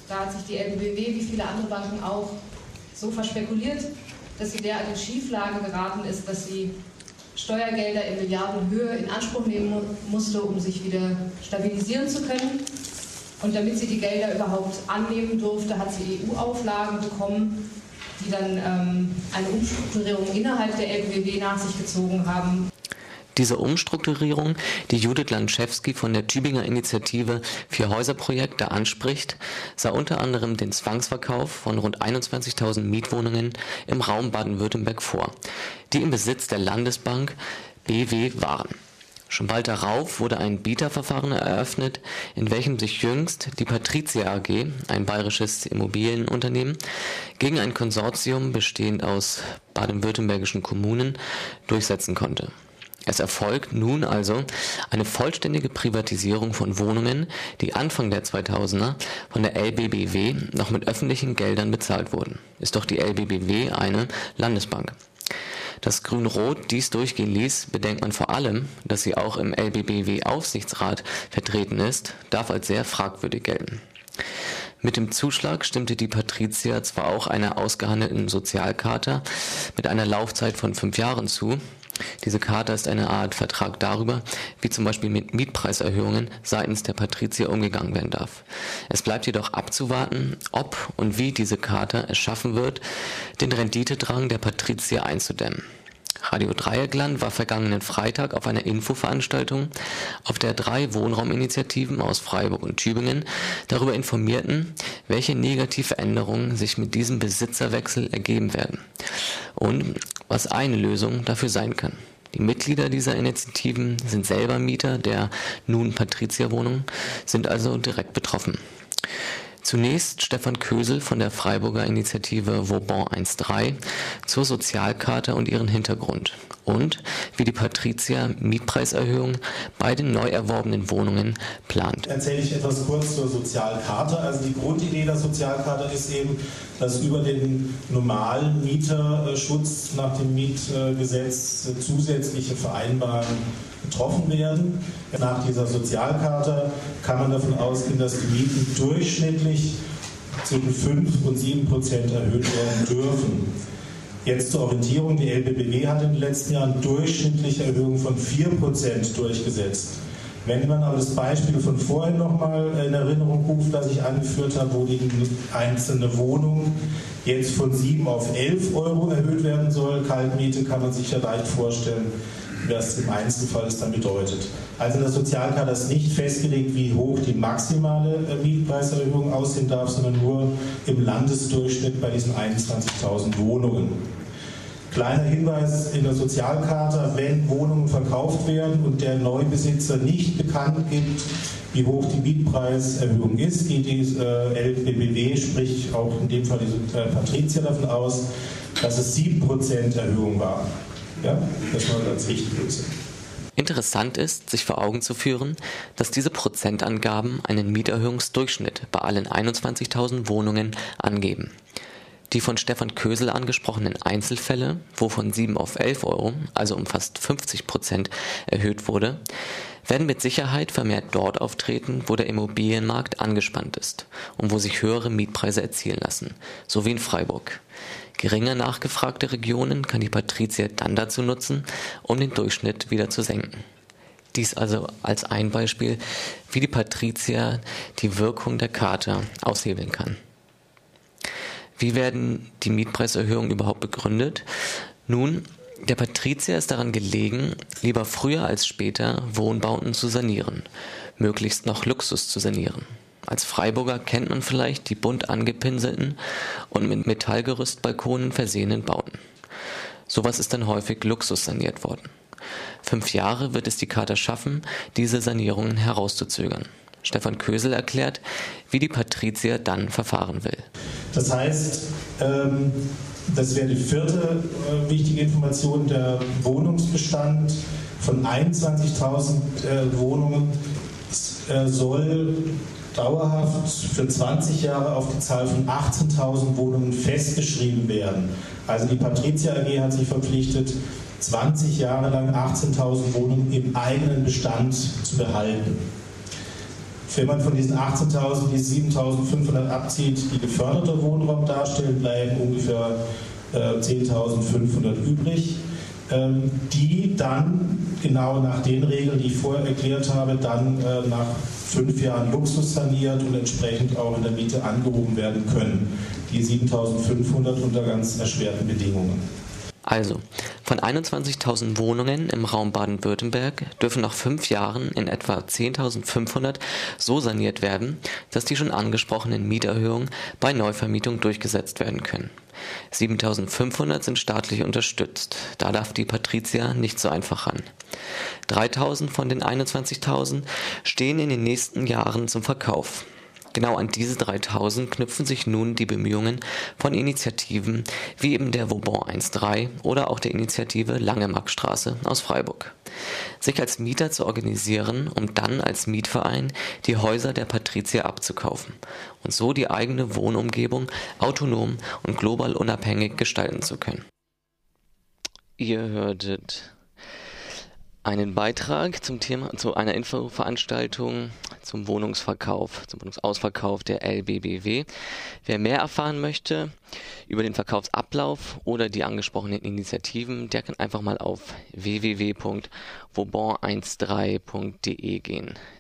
Da hat sich die LBBW, wie viele andere Banken auch, so verspekuliert, dass sie derart in Schieflage geraten ist, dass sie Steuergelder in Milliardenhöhe in Anspruch nehmen musste, um sich wieder stabilisieren zu können. Und damit sie die Gelder überhaupt annehmen durfte, hat sie EU-Auflagen bekommen, die dann eine Umstrukturierung innerhalb der LBBW nach sich gezogen haben. Diese Umstrukturierung, die Judith Lanczewski von der Tübinger Initiative 4-Häuser-Projekte anspricht, sah unter anderem den Zwangsverkauf von rund 21.000 Mietwohnungen im Raum Baden-Württemberg vor, die im Besitz der Landesbank BW waren. Schon bald darauf wurde ein Bieterverfahren eröffnet, in welchem sich jüngst die Patrizia AG, ein bayerisches Immobilienunternehmen, gegen ein Konsortium bestehend aus baden-württembergischen Kommunen durchsetzen konnte. Es erfolgt nun also eine vollständige Privatisierung von Wohnungen, die Anfang der 2000er von der LBBW noch mit öffentlichen Geldern bezahlt wurden. Ist doch die LBBW eine Landesbank. Dass Grün-Rot dies durchgehen ließ, bedenkt man vor allem, dass sie auch im LBBW-Aufsichtsrat vertreten ist, darf als sehr fragwürdig gelten. Mit dem Zuschlag stimmte die Patrizia zwar auch einer ausgehandelten Sozialcharta mit einer Laufzeit von 5 Jahren zu. Diese Charta ist eine Art Vertrag darüber, wie zum Beispiel mit Mietpreiserhöhungen seitens der Patrizia umgegangen werden darf. Es bleibt jedoch abzuwarten, ob und wie diese Charta es schaffen wird, den Renditedrang der Patrizia einzudämmen. Radio Dreieckland war vergangenen Freitag auf einer Infoveranstaltung, auf der 3 Wohnrauminitiativen aus Freiburg und Tübingen darüber informierten, welche negative Änderungen sich mit diesem Besitzerwechsel ergeben werden und was eine Lösung dafür sein kann. Die Mitglieder dieser Initiativen sind selber Mieter der nun Patrizia-Wohnungen, sind also direkt betroffen. Zunächst Stefan Kösel von der Freiburger Initiative Vauban 1.3 zur Sozialcharta und ihren Hintergrund und wie die Patrizia Mietpreiserhöhung bei den neu erworbenen Wohnungen plant. Erzähle ich etwas kurz zur Sozialcharta. Also die Grundidee der Sozialcharta ist eben, dass über den normalen Mieterschutz nach dem Mietgesetz zusätzliche Vereinbarungen getroffen werden. Nach dieser Sozialcharta kann man davon ausgehen, dass die Mieten durchschnittlich zwischen 5 und 7% erhöht werden dürfen. Jetzt zur Orientierung, die LBBW hat in den letzten Jahren durchschnittliche Erhöhungen von 4% durchgesetzt. Wenn man aber das Beispiel von vorhin nochmal in Erinnerung ruft, das ich angeführt habe, wo die einzelne Wohnung jetzt von 7 auf 11 Euro erhöht werden soll, Kaltmiete, kann man sich ja leicht vorstellen, was im Einzelfall es dann bedeutet. Also in der Sozialcharta ist nicht festgelegt, wie hoch die maximale Mietpreiserhöhung aussehen darf, sondern nur im Landesdurchschnitt bei diesen 21.000 Wohnungen. Kleiner Hinweis in der Sozialcharta: Wenn Wohnungen verkauft werden und der Neubesitzer nicht bekannt gibt, wie hoch die Mietpreiserhöhung ist, geht die LBBW, sprich auch in dem Fall die Patrizia, davon aus, dass es 7% Erhöhung war. Ja, das war als Richtgröße. Interessant ist, sich vor Augen zu führen, dass diese Prozentangaben einen Mieterhöhungsdurchschnitt bei allen 21.000 Wohnungen angeben. Die von Stefan Kösel angesprochenen Einzelfälle, wo von 7 auf 11 Euro, also um fast 50% erhöht wurde, werden mit Sicherheit vermehrt dort auftreten, wo der Immobilienmarkt angespannt ist und wo sich höhere Mietpreise erzielen lassen, so wie in Freiburg. Geringer nachgefragte Regionen kann die Patrizia dann dazu nutzen, um den Durchschnitt wieder zu senken. Dies also als ein Beispiel, wie die Patrizia die Wirkung der Charta aushebeln kann. Wie werden die Mietpreiserhöhungen überhaupt begründet? Nun, der Patrizia ist daran gelegen, lieber früher als später Wohnbauten zu sanieren, möglichst noch Luxus zu sanieren. Als Freiburger kennt man vielleicht die bunt angepinselten und mit Metallgerüstbalkonen versehenen Bauten. Sowas ist dann häufig Luxus saniert worden. 5 Jahre wird es die Charta schaffen, diese Sanierungen herauszuzögern. Stefan Kösel erklärt, wie die Patrizia dann verfahren will. Das heißt, das wäre die 4. wichtige Information, der Wohnungsbestand von 21.000 Wohnungen soll dauerhaft für 20 Jahre auf die Zahl von 18.000 Wohnungen festgeschrieben werden. Also die Patrizia AG hat sich verpflichtet, 20 Jahre lang 18.000 Wohnungen im eigenen Bestand zu behalten. Wenn man von diesen 18.000 die 7.500 abzieht, die geförderter Wohnraum darstellen, bleiben ungefähr 10.500 übrig, die dann genau nach den Regeln, die ich vorher erklärt habe, dann nach 5 Jahren Luxus saniert und entsprechend auch in der Miete angehoben werden können. Die 7.500 unter ganz erschwerten Bedingungen. Also, von 21.000 Wohnungen im Raum Baden-Württemberg dürfen nach 5 Jahren in etwa 10.500 so saniert werden, dass die schon angesprochenen Mieterhöhungen bei Neuvermietung durchgesetzt werden können. 7.500 sind staatlich unterstützt, da darf die Patrizia nicht so einfach ran. 3.000 von den 21.000 stehen in den nächsten Jahren zum Verkauf. Genau an diese 3.000 knüpfen sich nun die Bemühungen von Initiativen wie eben der Vauban 1.3 oder auch der Initiative Langemarckstraße aus Freiburg. Sich als Mieter zu organisieren, um dann als Mietverein die Häuser der Patrizia abzukaufen und so die eigene Wohnumgebung autonom und global unabhängig gestalten zu können. Ihr hörtet einen Beitrag zum Thema, zu einer Infoveranstaltung zum Wohnungsverkauf, zum Wohnungsausverkauf der LBBW. Wer mehr erfahren möchte über den Verkaufsablauf oder die angesprochenen Initiativen, der kann einfach mal auf www.vauban13.de gehen.